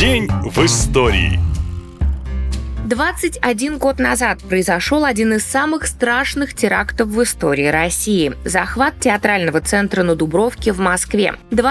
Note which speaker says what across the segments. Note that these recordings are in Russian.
Speaker 1: День в истории.
Speaker 2: 21 год назад произошел один из самых страшных терактов в истории России – захват театрального центра на Дубровке в Москве.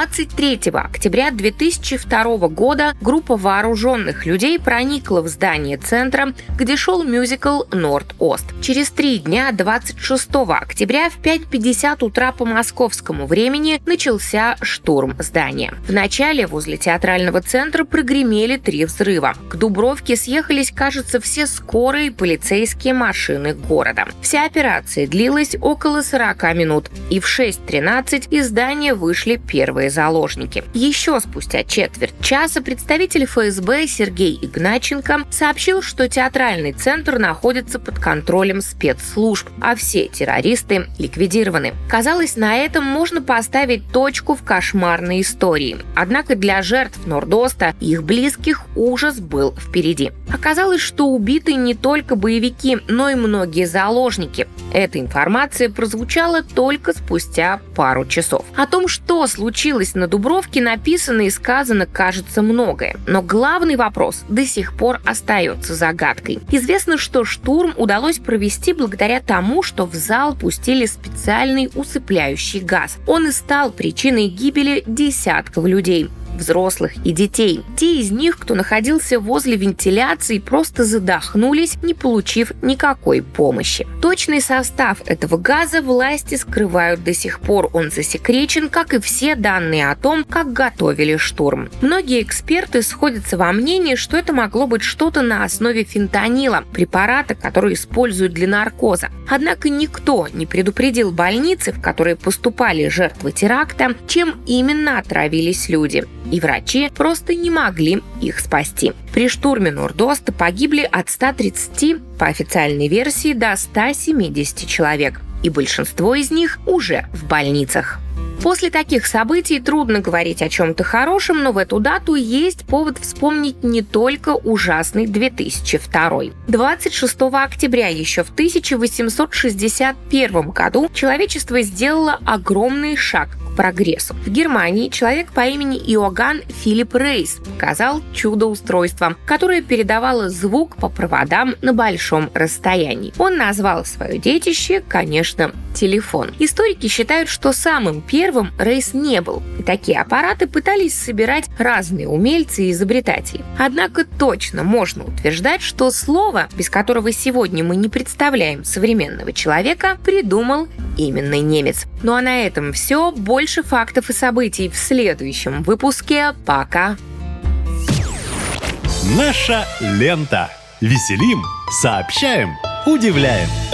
Speaker 2: 23 октября 2002 года группа вооруженных людей проникла в здание центра, где шел мюзикл «Норд-Ост». Через 3 дня, 26 октября в 5:50 утра по московскому времени начался штурм здания. Вначале возле театрального центра прогремели 3 взрыва. К Дубровке съехались, кажется, все скорые полицейские машины города. Вся операция длилась около 40 минут, и в 6:13 из здания вышли первые заложники. Еще спустя четверть часа представитель ФСБ Сергей Игначенко сообщил, что театральный центр находится под контролем спецслужб, а все террористы ликвидированы. Казалось, на этом можно поставить точку в кошмарной истории. Однако для жертв Норд-Оста и их близких ужас был впереди. Оказалось, что убиты не только боевики, но и многие заложники. Эта информация прозвучала только спустя пару часов. О том, что случилось на Дубровке, написано и сказано, кажется, многое. Но главный вопрос до сих пор остается загадкой. Известно, что штурм удалось провести благодаря тому, что в зал пустили специальный усыпляющий газ. Он и стал причиной гибели десятков людей, взрослых и детей. Те из них, кто находился возле вентиляции, просто задохнулись, не получив никакой помощи. Точный состав этого газа власти скрывают до сих пор. Он засекречен, как и все данные о том, как готовили штурм. Многие эксперты сходятся во мнении, что это могло быть что-то на основе фентанила, препарата, который используют для наркоза. Однако никто не предупредил больницы, в которые поступали жертвы теракта, чем именно отравились люди. И врачи просто не могли их спасти. При штурме Норд-Оста погибли от 130, по официальной версии, до 170 человек. И большинство из них уже в больницах. После таких событий трудно говорить о чем-то хорошем, но в эту дату есть повод вспомнить не только ужасный 2002. 26 октября еще в 1861 году человечество сделало огромный шаг к прогрессу. В Германии человек по имени Иоганн Филипп Рейс показал чудо-устройство, которое передавало звук по проводам на большом расстоянии. Он назвал свое детище, конечно, телефон. Историки считают, что самым первым Рейс не был, и такие аппараты пытались собирать разные умельцы и изобретатели. Однако точно можно утверждать, что слово, без которого сегодня мы не представляем современного человека, придумал именно немец. Ну а на этом все. Больше фактов и событий в следующем выпуске. Пока!
Speaker 1: Наша лента. Веселим, сообщаем, удивляем.